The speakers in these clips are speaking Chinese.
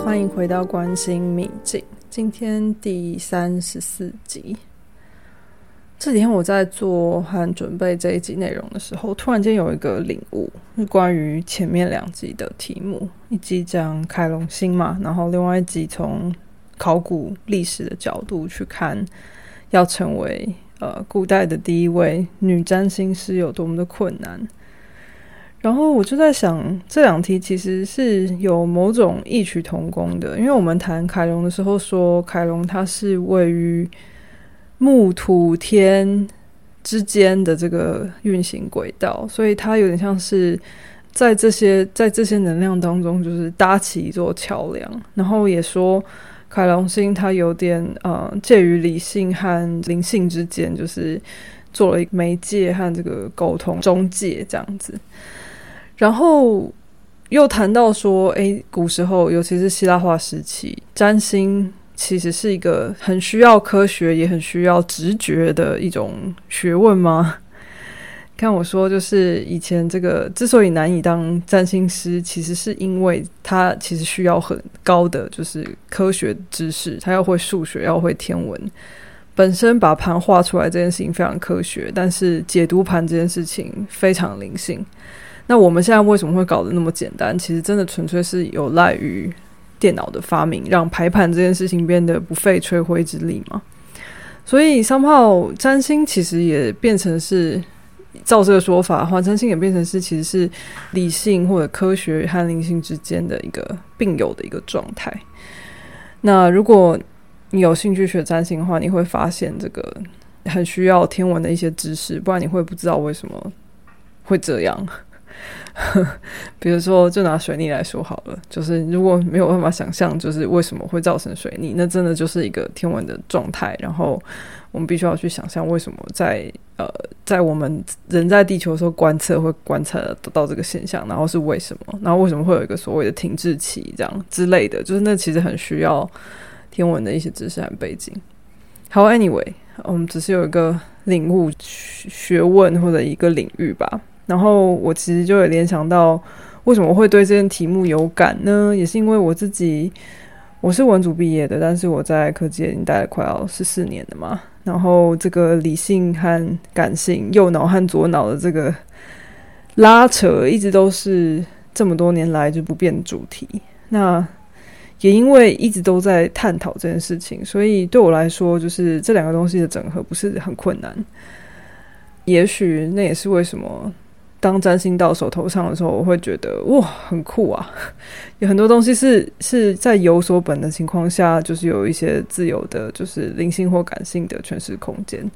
欢迎回到关心秘境，今天第34集。这几天我在做和准备这一集内容的时候，突然间有一个领悟，是关于前面2集的题目。一集讲凯龙星嘛，然后另外一集从考古历史的角度去看，要成为古代的第一位女占星师有多么的困难。然后我就在想，这2题其实是有某种异曲同工的，因为我们谈凯龙的时候说，凯龙它是位于木土天之间的这个运行轨道，所以它有点像是在这些能量当中，就是搭起一座桥梁。然后也说凯龙星它有点介于理性和灵性之间，就是做了一个媒介和这个沟通中介这样子。然后又谈到说，古时候尤其是希腊化时期，占星其实是一个很需要科学也很需要直觉的一种学问吗？看我说，就是以前这个之所以难以当占星师，其实是因为他其实需要很高的就是科学知识，他要会数学，要会天文。本身把盘画出来这件事情非常科学，但是解读盘这件事情非常灵性。那我们现在为什么会搞得那么简单？其实真的纯粹是有赖于电脑的发明，让排盘这件事情变得不费吹灰之力嘛。所以somehow占星其实也变成是，照这个说法的话，占星也变成是其实是理性或者科学和灵性之间的一个并有的一个状态。那如果你有兴趣学占星的话，你会发现这个很需要天文的一些知识，不然你会不知道为什么会这样。比如说就拿水逆来说好了，就是如果没有办法想象就是为什么会造成水逆，那真的就是一个天文的状态，然后我们必须要去想象为什么在我们人在地球的时候观测会观测得到这个现象，然后是为什么，然后为什么会有一个所谓的停滞期这样之类的，就是那其实很需要天文的一些知识和背景。好 anyway 我们只是有一个领悟学问或者一个领域吧。然后我其实就有联想到为什么会对这件题目有感呢，也是因为我是文组毕业的，但是我在科技已经待了快要14年了嘛。然后这个理性和感性，右脑和左脑的这个拉扯一直都是这么多年来就不变的主题。那也因为一直都在探讨这件事情，所以对我来说就是这2个东西的整合不是很困难。也许那也是为什么当占星到手头上的时候，我会觉得哇很酷啊，有很多东西是在有所本的情况下，就是有一些自由的就是灵性或感性的诠释空间。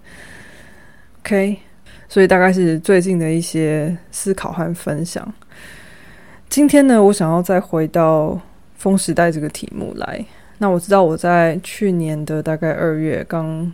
OK， 所以大概是最近的一些思考和分享。今天呢，我想要再回到风时代这个题目来。那我知道我在去年的大概2月刚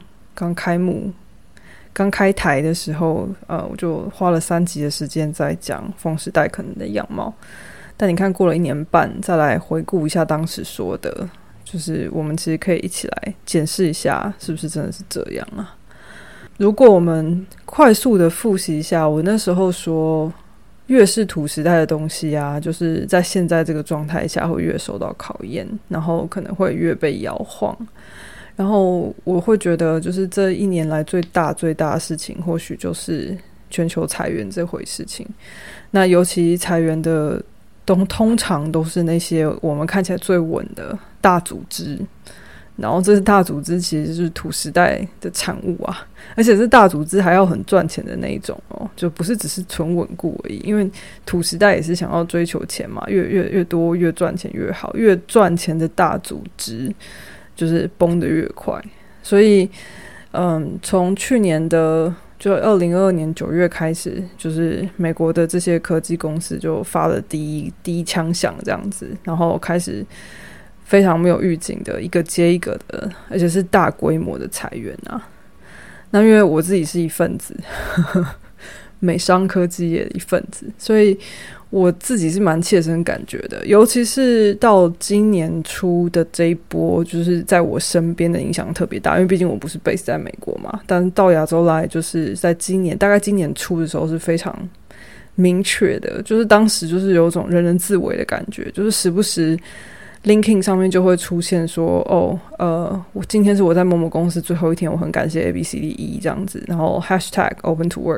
开台的时候，我就花了3集的时间在讲风时代可能的样貌。但你看过了1年半，再来回顾一下当时说的，就是我们其实可以一起来检视一下是不是真的是这样啊。如果我们快速的复习一下，我那时候说越是土时代的东西啊，就是在现在这个状态下会越受到考验，然后可能会越被摇晃。然后我会觉得就是这1年来最大的事情或许就是全球裁员这回事情。那尤其裁员的通常都是那些我们看起来最稳的大组织，然后这是大组织其实就是土时代的产物啊，而且是大组织还要很赚钱的那一种哦，就不是只是纯稳固而已，因为土时代也是想要追求钱嘛，越多越赚钱越好，越赚钱的大组织就是崩得越快。所以从去年的就2022年9月开始，就是美国的这些科技公司就发了第一枪响这样子，然后开始非常没有预警的一个接一个的，而且是大规模的裁员啊。那因为我自己是一份子美商科技业的一份子，所以我自己是蛮切身感觉的，尤其是到今年初的这一波，就是在我身边的影响特别大，因为毕竟我不是 base 在美国嘛，但到亚洲来就是在大概今年初的时候是非常明确的，就是当时就是有种人人自危的感觉，就是时不时 LinkedIn 上面就会出现说我今天是我在某某公司最后一天，我很感谢 ABCDE 这样子，然后 hashtag open to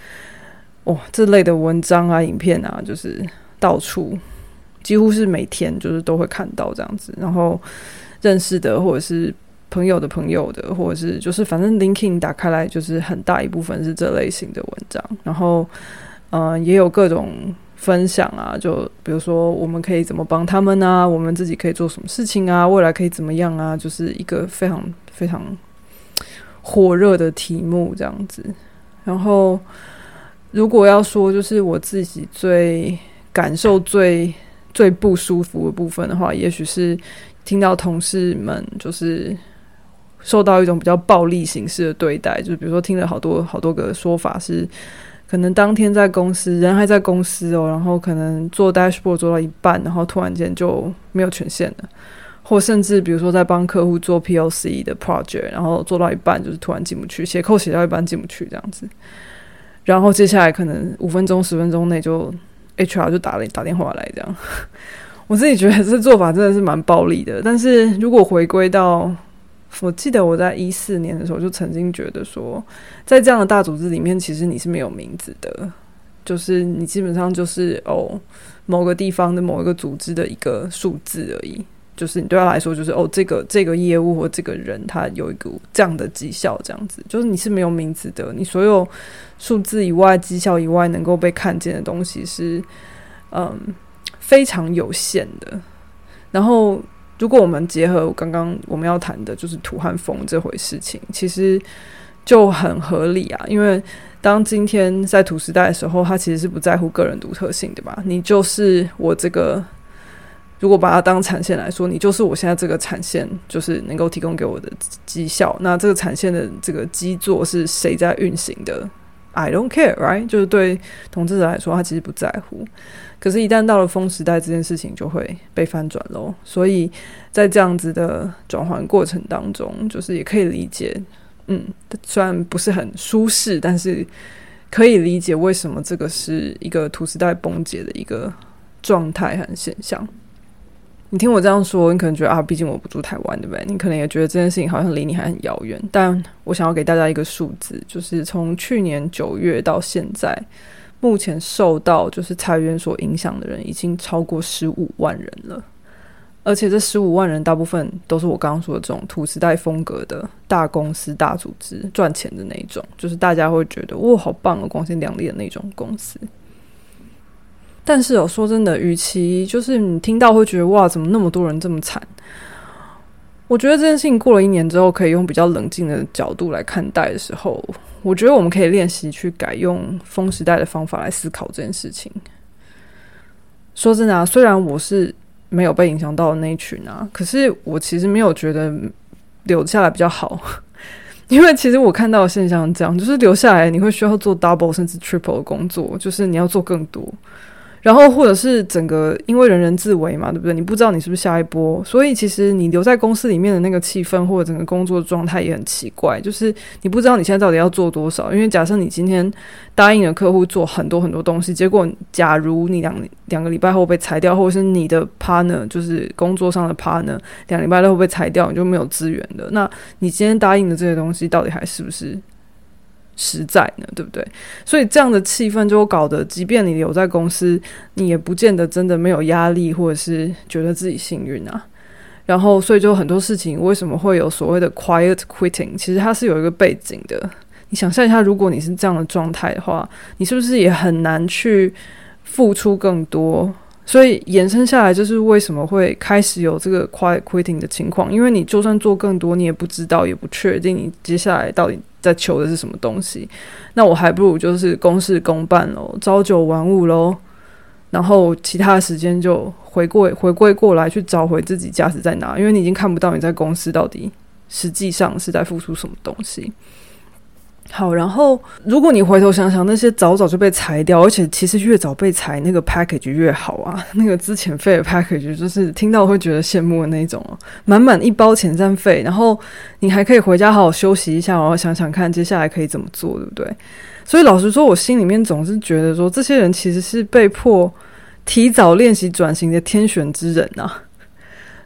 work 这类的文章啊影片啊，就是到处几乎是每天就是都会看到这样子，然后认识的或者是朋友的朋友的，或者是就是反正 LinkedIn 打开来就是很大一部分是这类型的文章，然后也有各种分享啊，就比如说我们可以怎么帮他们啊，我们自己可以做什么事情啊，未来可以怎么样啊，就是一个非常非常火热的题目这样子。然后如果要说就是我自己最感受最不舒服的部分的话，也许是听到同事们就是受到一种比较暴力形式的对待，就是比如说听了好多个说法是可能当天在公司人还在公司然后可能做 dashboard 做到一半，然后突然间就没有权限了，或甚至比如说在帮客户做 POC 的 project， 然后做到一半就是突然进不去，写code写到一半进不去这样子，然后接下来可能5分钟10分钟内就 HR 就打电话来这样。我自己觉得这做法真的是蛮暴力的，但是如果回归到我记得我在2014年的时候就曾经觉得说，在这样的大组织里面其实你是没有名字的，就是你基本上就是某个地方的某一个组织的一个数字而已，就是你对他来说就是这个业务或这个人他有一个这样的绩效这样子，就是你是没有名字的，你所有数字以外绩效以外能够被看见的东西是非常有限的。然后如果我们结合刚刚我们要谈的就是土和风这回事情，其实就很合理啊，因为当今天在土时代的时候，他其实是不在乎个人独特性的吧，你就是我这个，如果把它当产线来说，你就是我现在这个产线就是能够提供给我的绩效，那这个产线的这个基座是谁在运行的， I don't care right， 就是对统治者来说他其实不在乎，可是一旦到了风时代，这件事情就会被翻转咯。所以在这样子的转换过程当中，就是也可以理解虽然不是很舒适，但是可以理解为什么这个是一个土时代崩解的一个状态和现象。你听我这样说，你可能觉得毕竟我不住台湾对不对，你可能也觉得这件事情好像离你还很遥远，但我想要给大家一个数字，就是从去年9月到现在，目前受到就是裁员所影响的人已经超过15万人了，而且这15万人大部分都是我刚刚说的这种土时代风格的大公司大组织赚钱的那一种，就是大家会觉得哇好棒光鲜亮丽的那种公司。但是说真的，与其就是你听到会觉得哇怎么那么多人这么惨，我觉得这件事情过了1年之后可以用比较冷静的角度来看待的时候，我觉得我们可以练习去改用风时代的方法来思考这件事情。说真的虽然我是没有被影响到的那一群可是我其实没有觉得留下来比较好，因为其实我看到的现象是这样，就是留下来你会需要做 double 甚至 triple 的工作，就是你要做更多，然后或者是整个因为人人自危嘛，对不对？你不知道你是不是下一波，所以其实你留在公司里面的那个气氛或者整个工作状态也很奇怪，就是你不知道你现在到底要做多少。因为假设你今天答应了客户做很多很多东西，结果假如你两个礼拜后被裁掉，或者是你的 partner 就是工作上的 partner 2礼拜后被裁掉，你就没有资源了，那你今天答应的这些东西到底还是不是实在呢，对不对？所以这样的气氛就搞得即便你留在公司，你也不见得真的没有压力，或者是觉得自己幸运然后所以就很多事情为什么会有所谓的 quiet quitting， 其实它是有一个背景的。你想象一下，如果你是这样的状态的话，你是不是也很难去付出更多？所以延伸下来就是为什么会开始有这个 quiet quitting 的情况，因为你就算做更多，你也不知道也不确定你接下来到底在求的是什么东西，那我还不如就是公事公办咯，朝九晚五咯，然后其他的时间就回归过来去找回自己价值在哪，因为你已经看不到你在公司到底实际上是在付出什么东西。好，然后如果你回头想想，那些早就被裁掉，而且其实越早被裁那个 package 越好那个资遣费的 package 就是听到会觉得羡慕的那种满满一包遣散费，然后你还可以回家好好休息一下，然后想想看接下来可以怎么做，对不对？所以老实说，我心里面总是觉得说，这些人其实是被迫提早练习转型的天选之人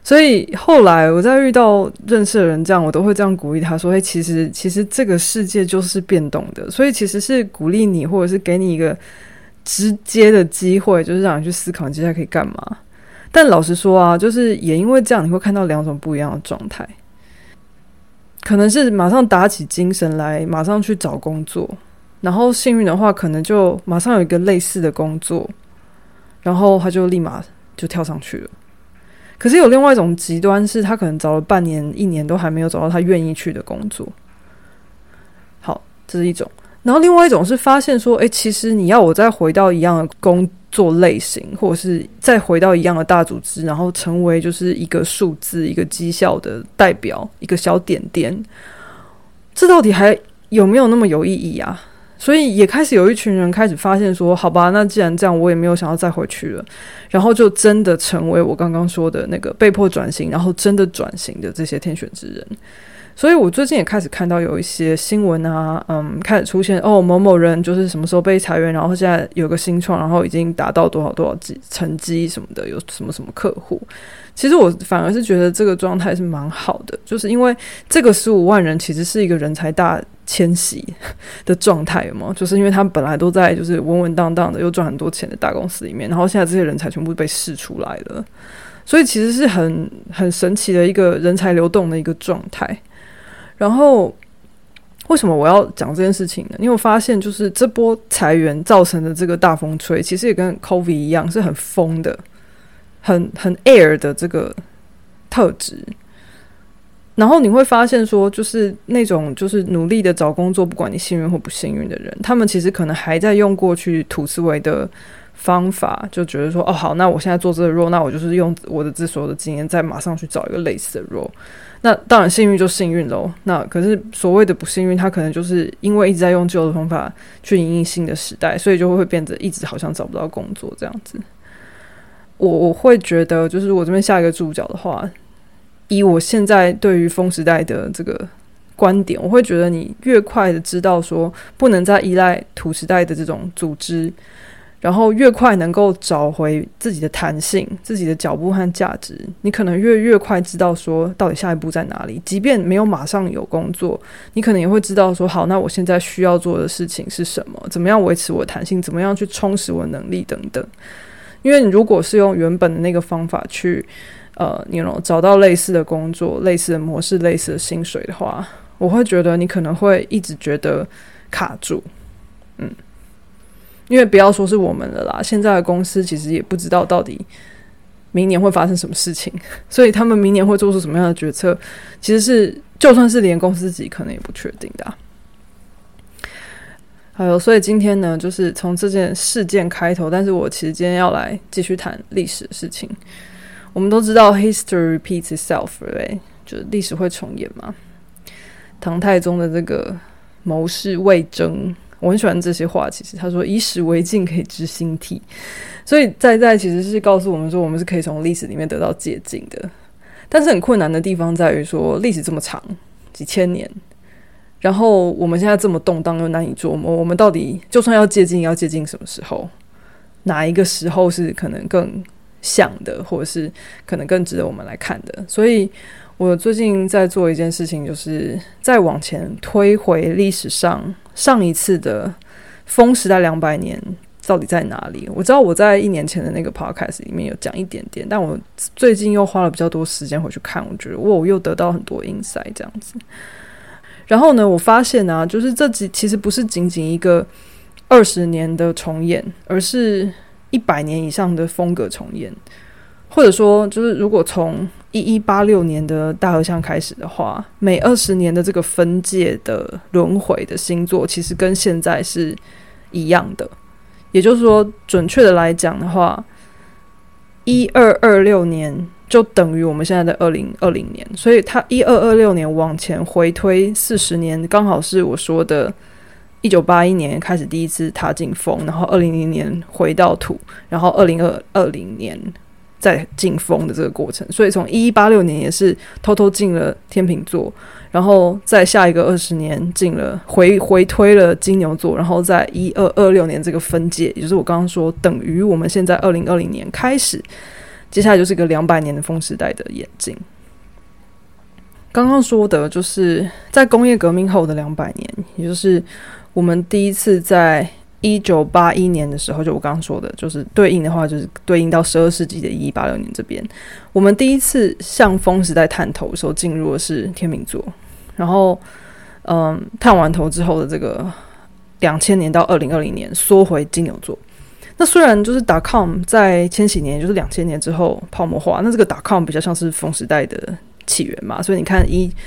所以后来我在遇到认识的人这样，我都会这样鼓励他说：“其实这个世界就是变动的，所以其实是鼓励你，或者是给你一个直接的机会，就是让你去思考你接下来可以干嘛。”但老实说啊，就是也因为这样，你会看到两种不一样的状态，可能是马上打起精神来，马上去找工作，然后幸运的话，可能就马上有一个类似的工作，然后他就立马就跳上去了。可是有另外一种极端是他可能找了半年1年都还没有找到他愿意去的工作。好，这是一种。然后另外一种是发现说其实你要我再回到一样的工作类型，或者是再回到一样的大组织，然后成为就是一个数字一个绩效的代表，一个小点点，这到底还有没有那么有意义啊？所以也开始有一群人开始发现说，好吧，那既然这样，我也没有想要再回去了，然后就真的成为我刚刚说的那个被迫转型，然后真的转型的这些天选之人。所以我最近也开始看到有一些新闻啊，开始出现某某人就是什么时候被裁员，然后现在有个新创，然后已经达到多少成绩什么的，有什么客户。其实我反而是觉得这个状态是蛮好的，就是因为这个15万人其实是一个人才大迁徙的状态嘛，就是因为他们本来都在就是稳稳当当的又赚很多钱的大公司里面，然后现在这些人才全部被释出来了，所以其实是很神奇的一个人才流动的一个状态。然后为什么我要讲这件事情呢？因为我发现就是这波裁员造成的这个大风吹，其实也跟 COVID 一样，是很疯的很 air 的这个特质。然后你会发现说，就是那种就是努力的找工作，不管你幸运或不幸运的人，他们其实可能还在用过去土思维的方法，就觉得说好，那我现在做这个 role， 那我就是用我的所有的经验再马上去找一个类似的 role。那当然幸运就幸运咯，那可是所谓的不幸运，他可能就是因为一直在用旧的方法去因应新的时代，所以就会变得一直好像找不到工作这样子。我会觉得就是我这边下一个注脚的话，以我现在对于风时代的这个观点，我会觉得你越快的知道说不能再依赖土时代的这种组织，然后越快能够找回自己的弹性，自己的脚步和价值，你可能越快知道说到底下一步在哪里。即便没有马上有工作，你可能也会知道说好，那我现在需要做的事情是什么，怎么样维持我的弹性，怎么样去充实我的能力等等。因为你如果是用原本的那个方法去找到类似的工作，类似的模式，类似的薪水的话，我会觉得你可能会一直觉得卡住。因为不要说是我们了啦，现在的公司其实也不知道到底明年会发生什么事情，所以他们明年会做出什么样的决策，其实是就算是连公司自己可能也不确定的还有，所以今天呢，就是从这件事件开头，但是我其实今天要来继续谈历史的事情。我们都知道 history repeats itself， 对不对？就是历史会重演嘛。唐太宗的这个谋士魏征，我很喜欢这些话，其实他说以史为镜可以知兴替，所以在其实是告诉我们说我们是可以从历史里面得到借鉴的。但是很困难的地方在于说历史这么长几千年，然后我们现在这么动荡又难以捉摸，我们到底就算要借鉴要借鉴什么时候，哪一个时候是可能更像的，或者是可能更值得我们来看的。所以我最近在做一件事情，就是再往前推回历史上一次的风时代200年到底在哪里。我知道我在1年前的那个 podcast 里面有讲一点点，但我最近又花了比较多时间回去看，我觉得我又得到很多 insight 这样子。然后呢，我发现啊，就是这其实不是仅仅一个20年的重演，而是100年以上的风格重演。或者说就是如果从1186年的大合相开始的话，每20年的这个分界的轮回的星座其实跟现在是一样的。也就是说准确的来讲的话，1226年就等于我们现在的2020年，所以它1226年往前回推40年，刚好是我说的1981年开始第一次踏进风，然后2000年回到土，然后2020年再进风的这个过程。所以从1186年也是偷偷进了天秤座，然后在下一个20年进了回推了金牛座，然后在1226年这个分界，也就是我刚刚说等于我们现在2020年开始， 接下来就是一个200年的风时代的演进。刚刚说的就是在工业革命后的200年，也就是我们第一次在1981年的时候，就我刚刚说的，就是对应的话，就是对应到12世纪的1186年这边，我们第一次向风时代探头的时候，进入的是天秤座，然后探完头之后的这个2000年到2020年缩回金牛座。那虽然就是 .com 在千禧年，就是2000年之后泡沫化，那这个 .com 比较像是风时代的起源嘛，所以你看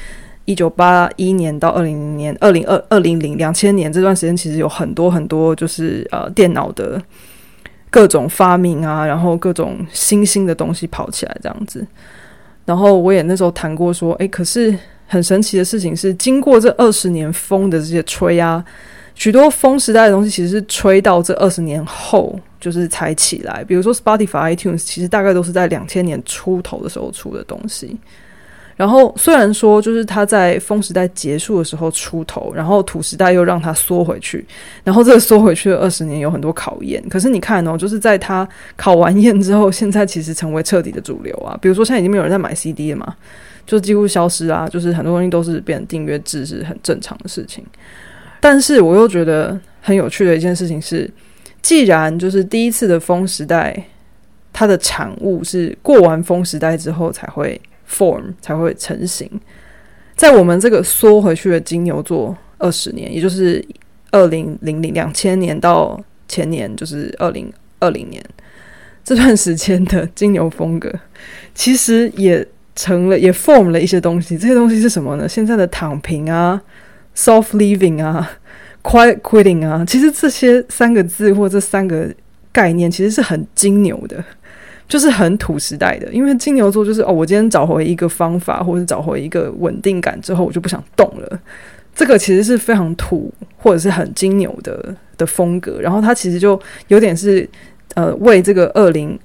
1981年到2000年2000年这段时间，其实有很多很多就是电脑的各种发明啊，然后各种新兴的东西跑起来这样子。然后我也那时候谈过说，可是很神奇的事情是，经过这20年风的这些吹啊，许多风时代的东西其实是吹到这20年后就是才起来。比如说 Spotify、iTunes 其实大概都是在2000年出头的时候出的东西。然后虽然说就是它在风时代结束的时候出头，然后土时代又让它缩回去，然后这个缩回去的20年有很多考验。可是你看就是在它考完验之后，现在其实成为彻底的主流啊。比如说现在已经没有人在买 CD 了嘛，就几乎消失啊，就是很多东西都是变成订阅制，是很正常的事情。但是我又觉得很有趣的一件事情是，既然就是第一次的风时代它的产物是过完风时代之后才会 form 才会成型，在我们这个缩回去的金牛座20年，也就是2000年到前年就是2020年这段时间的金牛风格，其实也form 了一些东西。这些东西是什么呢？现在的躺平啊、soft living 啊、quiet quitting 啊，其实这些3个字或这3个概念其实是很金牛的，就是很土时代的。因为金牛座就是我今天找回一个方法，或者是找回一个稳定感之后，我就不想动了。这个其实是非常土或者是很金牛的风格。然后它其实就有点是为这个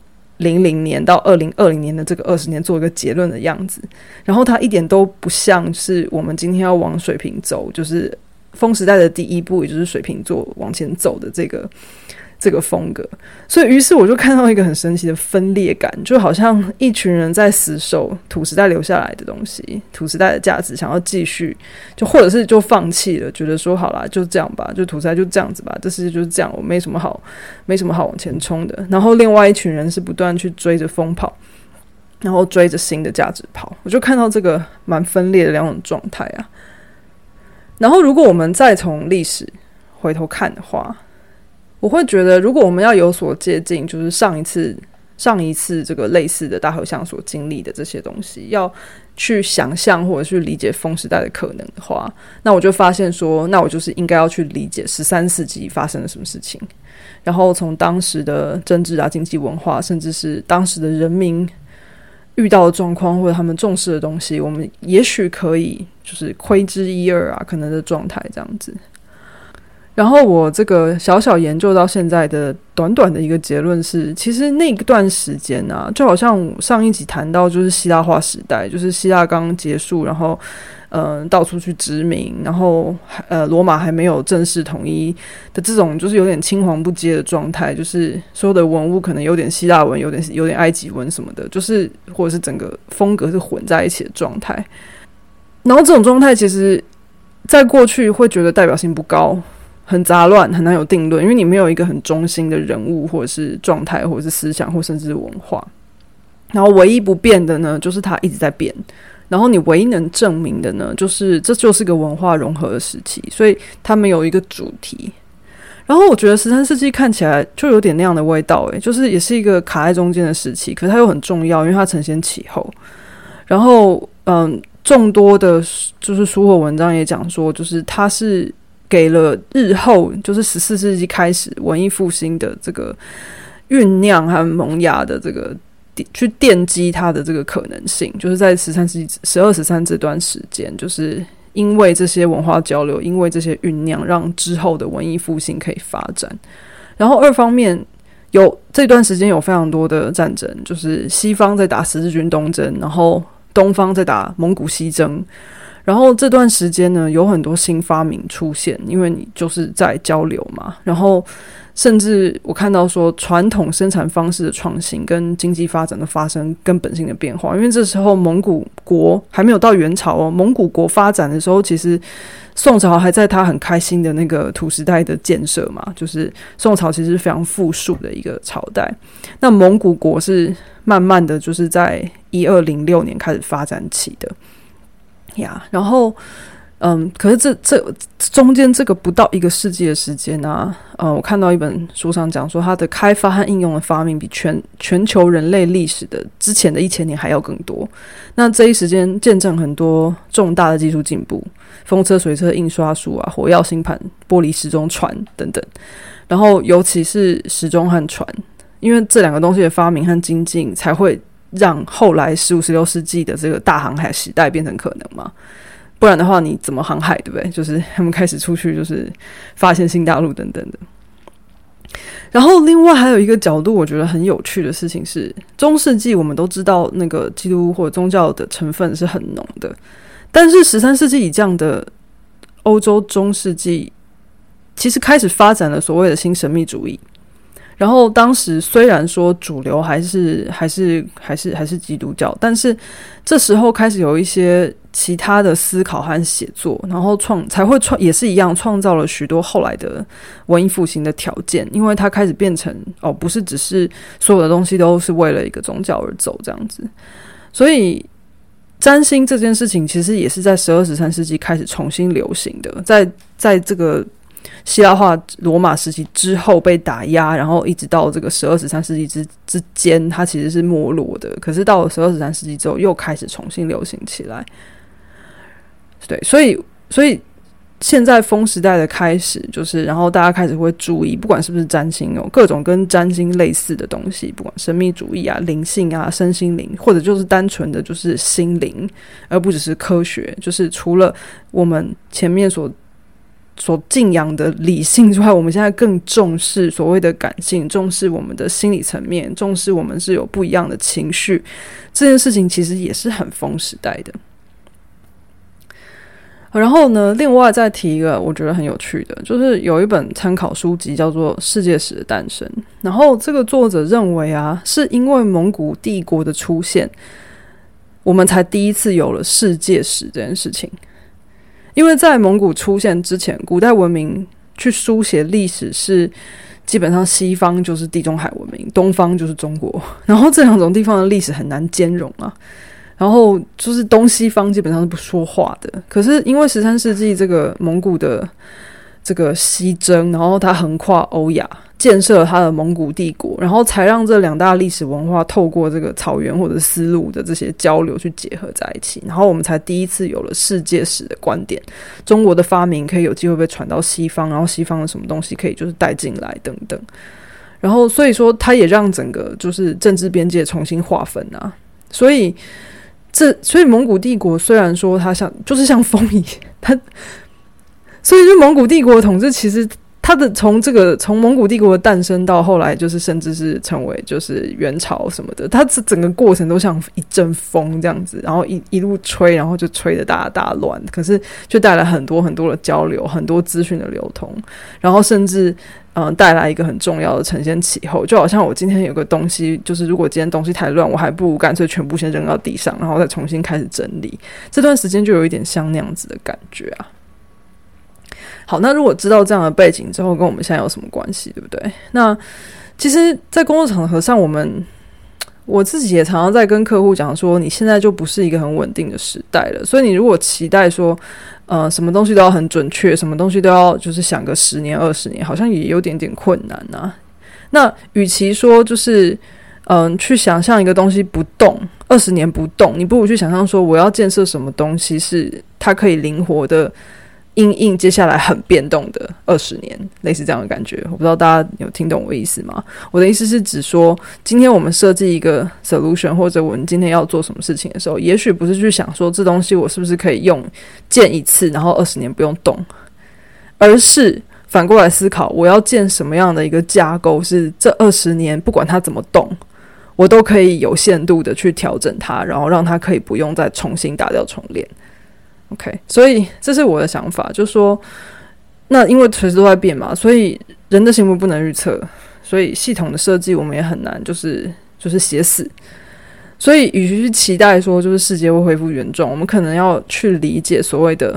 2000年到2020年的这个20年做一个结论的样子。然后它一点都不像是我们今天要往水瓶走，就是风时代的第一步，也就是水瓶座往前走的这个风格。所以于是我就看到一个很神奇的分裂感，就好像一群人在死守土时代留下来的东西，土时代的价值，想要继续，就或者是就放弃了，觉得说好啦，就这样吧，就土时代就这样子吧，这世界就是这样，我没什么好往前冲的。然后另外一群人是不断去追着风跑，然后追着新的价值跑。我就看到这个蛮分裂的2种状态啊。然后如果我们再从历史回头看的话，我会觉得如果我们要有所接近，就是上一次这个类似的大合相所经历的这些东西，要去想象或者去理解风时代的可能的话，那我就发现说，那我就是应该要去理解13世纪发生了什么事情，然后从当时的政治啊、经济、文化，甚至是当时的人民遇到的状况或者他们重视的东西，我们也许可以就是窥之一二啊，可能的状态这样子。然后我这个小小研究到现在的短短的一个结论是，其实那段时间啊，就好像上一集谈到就是希腊化时代，就是希腊刚结束，然后到处去殖民，然后罗马还没有正式统一的这种就是有点青黄不接的状态，就是所有的文物可能有点希腊文，有点埃及文什么的，就是或者是整个风格是混在一起的状态。然后这种状态其实在过去会觉得代表性不高，很杂乱，很难有定论，因为你没有一个很中心的人物或者是状态或者是思想或甚至是文化。然后唯一不变的呢，就是它一直在变。然后你唯一能证明的呢，就是这就是个文化融合的时期，所以它没有一个主题。然后我觉得13世纪看起来就有点那样的味道，就是也是一个卡在中间的时期，可是它又很重要，因为它承先启后。然后众多的就是书或文章也讲说，就是它是给了日后就是14世纪开始文艺复兴的这个酝酿和萌芽的这个去奠基它的这个可能性，就是在13世纪12、13这段时间，就是因为这些文化交流，因为这些酝酿，让之后的文艺复兴可以发展。然后二方面有这段时间有非常多的战争，就是西方在打十字军东征，然后东方在打蒙古西征， 然后这段时间呢，有很多新发明出现，因为你就是在交流嘛。然后甚至我看到说，传统生产方式的创新跟经济发展都发生根本性的变化。因为这时候蒙古国还没有到元朝哦，蒙古国发展的时候，其实宋朝还在他很开心的那个土时代的建设嘛，就是宋朝其实是非常富庶的一个朝代。那蒙古国是慢慢的就是在1206年开始发展起的呀，然后可是这中间这个不到1个世纪的时间啊，我看到一本书上讲说，它的开发和应用的发明比全球人类历史的之前的1000年还要更多。那这一时间见证很多重大的技术进步，风车、水车、印刷术啊、火药、星盘、玻璃、时钟、船等等。然后尤其是时钟和船，因为这2个东西的发明和精进，才会让后来15、16世纪的这个大航海时代变成可能嘛。不然的话你怎么航海，对不对？就是他们开始出去就是发现新大陆等等的。然后另外还有一个角度我觉得很有趣的事情是，中世纪我们都知道那个基督或者宗教的成分是很浓的，但是13世纪以降的欧洲中世纪其实开始发展了所谓的新神秘主义。然后当时虽然说主流还是基督教，但是这时候开始有一些其他的思考和写作，然后也是一样创造了许多后来的文艺复兴的条件，因为它开始变成不是只是所有的东西都是为了一个宗教而走这样子。所以占星这件事情其实也是在12、13世纪开始重新流行的，在这个希腊化罗马时期之后被打压，然后一直到这个12、13世纪之间它其实是没落的，可是到了12、13世纪之后又开始重新流行起来。对，所以现在风时代的开始，就是然后大家开始会注意，不管是不是占星各种跟占星类似的东西，不管神秘主义啊、灵性啊、身心灵，或者就是单纯的就是心灵，而不只是科学，就是除了我们前面所敬仰的理性之外，我们现在更重视所谓的感性，重视我们的心理层面，重视我们是有不一样的情绪，这件事情其实也是很风时代的。然后呢，另外再提一个我觉得很有趣的，就是有一本参考书籍叫做《世界史的诞生》，然后这个作者认为啊，是因为蒙古帝国的出现，我们才第一次有了世界史这件事情。因为在蒙古出现之前，古代文明去书写历史是基本上西方就是地中海文明，东方就是中国，然后这2种地方的历史很难兼容啊。然后就是东西方基本上是不说话的，可是因为13世纪这个蒙古的这个西征，然后它横跨欧亚，建设了它的蒙古帝国，然后才让这2大历史文化透过这个草原或者丝路的这些交流去结合在一起，然后我们才第一次有了世界史的观点，中国的发明可以有机会被传到西方，然后西方的什么东西可以就是带进来等等，然后所以说它也让整个就是政治边界重新划分啊。所以蒙古帝国虽然说它像风一样，所以就蒙古帝国的统治其实它的从蒙古帝国的诞生到后来就是甚至是成为就是元朝什么的，它这整个过程都像一阵风这样子，然后一路吹，然后就吹得大乱，可是就带来很多很多的交流，很多资讯的流通，然后甚至带来一个很重要的承先启后，就好像我今天有个东西，就是如果今天东西太乱，我还不如干脆全部先扔到地上，然后再重新开始整理，这段时间就有一点像那样子的感觉啊。好，那如果知道这样的背景之后，跟我们现在有什么关系，对不对？那其实在工作场合上，我自己也常常在跟客户讲说，你现在就不是一个很稳定的时代了，所以你如果期待说什么东西都要很准确，什么东西都要就是想个10年20年，好像也有点困难啊。那与其说就是去想象一个东西不动20年不动，你不如去想象说我要建设什么东西是它可以灵活的因应接下来很变动的20年，类似这样的感觉。我不知道大家有听懂我的意思吗？我的意思是指说，今天我们设计一个 solution， 或者我们今天要做什么事情的时候，也许不是去想说这东西我是不是可以建一次，然后20年不用动，而是反过来思考，我要建什么样的一个架构，是这20年不管它怎么动，我都可以有限度的去调整它，然后让它可以不用再重新打掉重练。 OK， 所以这是我的想法，就是说，那因为随时都在变嘛，所以人的行为不能预测，所以系统的设计我们也很难，就是写死。所以，与其去期待说就是世界会恢复原状，我们可能要去理解所谓的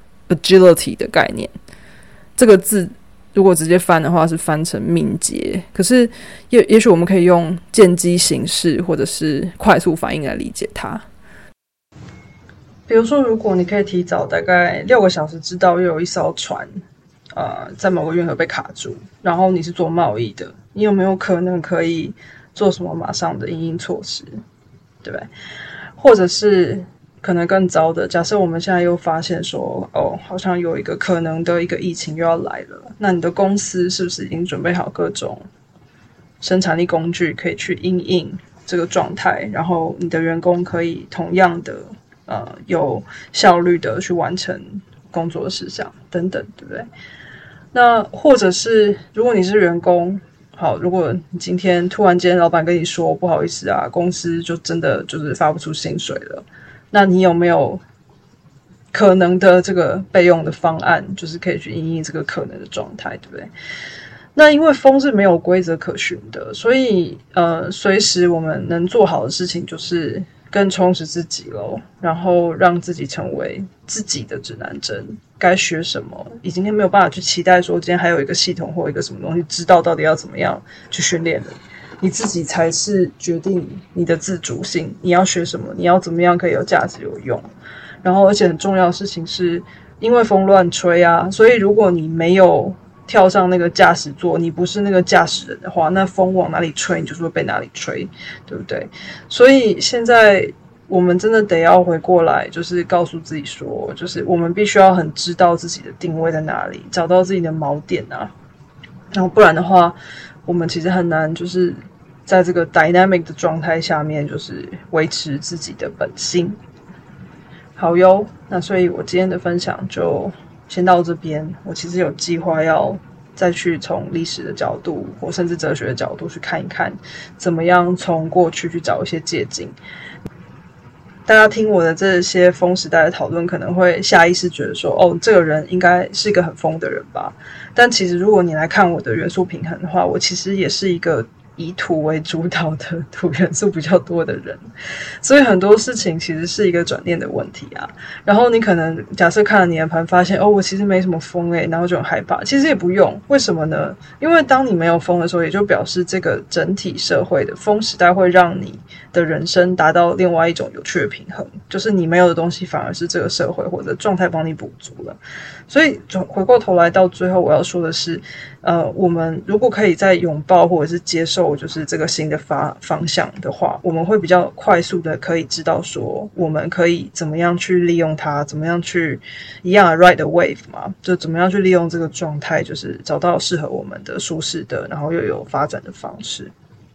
agility 的概念。这个字如果直接翻的话是翻成敏捷，可是也许我们可以用见机行事或者是快速反应来理解它。比如说，如果你可以提早大概6个小时知道又有一艘船在某个运河被卡住，然后你是做贸易的，你有没有可能可以做什么马上的因应措施，对不对？或者是可能更糟的，假设我们现在又发现说，好像有一个可能的一个疫情又要来了，那你的公司是不是已经准备好各种生产力工具可以去因应这个状态，然后你的员工可以同样的有效率的去完成工作的事项等等，对不对？那或者是如果你是员工，好，如果你今天突然间老板跟你说不好意思啊，公司就真的就是发不出薪水了，那你有没有可能的这个备用的方案，就是可以去因应这个可能的状态，对不对？那因为风是没有规则可循的，所以随时我们能做好的事情就是更充实自己咯，然后让自己成为自己的指南针，该学什么你今天没有办法去期待说今天还有一个系统或一个什么东西知道到底要怎么样去训练的，你自己才是决定你的自主性，你要学什么，你要怎么样可以有价值有用。然后而且很重要的事情是，因为风乱吹啊，所以如果你没有跳上那个驾驶座，你不是那个驾驶人的话，那风往哪里吹你就是会被哪里吹，对不对？所以现在我们真的得要回过来，就是告诉自己说，就是我们必须要很知道自己的定位在哪里，找到自己的锚点啊，然后不然的话我们其实很难就是在这个 dynamic 的状态下面就是维持自己的本心。好哟，那所以我今天的分享就先到这边，我其实有计划要再去从历史的角度或甚至哲学的角度去看一看，怎么样从过去去找一些借鉴。大家听我的这些疯时代的讨论可能会下意识觉得说，这个人应该是一个很疯的人吧，但其实如果你来看我的元素平衡的话，我其实也是一个以土为主导的土元素比较多的人，所以很多事情其实是一个转念的问题啊。然后你可能假设看了你的盘发现我其实没什么风然后就很害怕，其实也不用。为什么呢？因为当你没有风的时候，也就表示这个整体社会的风时代会让你的人生达到另外一种有趣的平衡，就是你没有的东西反而是这个社会或者状态帮你补足了。所以回过头来到最后我要说的是我们如果可以再拥抱或者是接受就是这个新的方向的话，我们会比较快速的可以知道说我们可以怎么样去利用它，怎么样去一样的 ride the wave 嘛，就怎么样去利用这个状态，就是找到适合我们的舒适的然后又有发展的方式。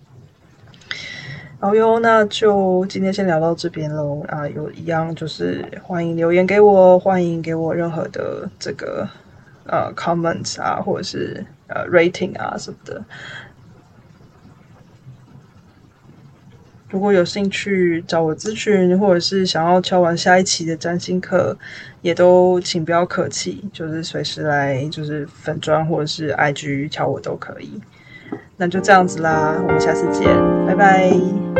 好哟，那就今天先聊到这边咯有一样就是欢迎留言给我，欢迎给我任何的这个comments 啊，或者是rating 啊什么的。如果有兴趣找我咨询，或者是想要敲完下一期的占星课，也都请不要客气，就是随时来就是粉专或者是 IG 敲我都可以。那就这样子啦，我们下次见，拜拜。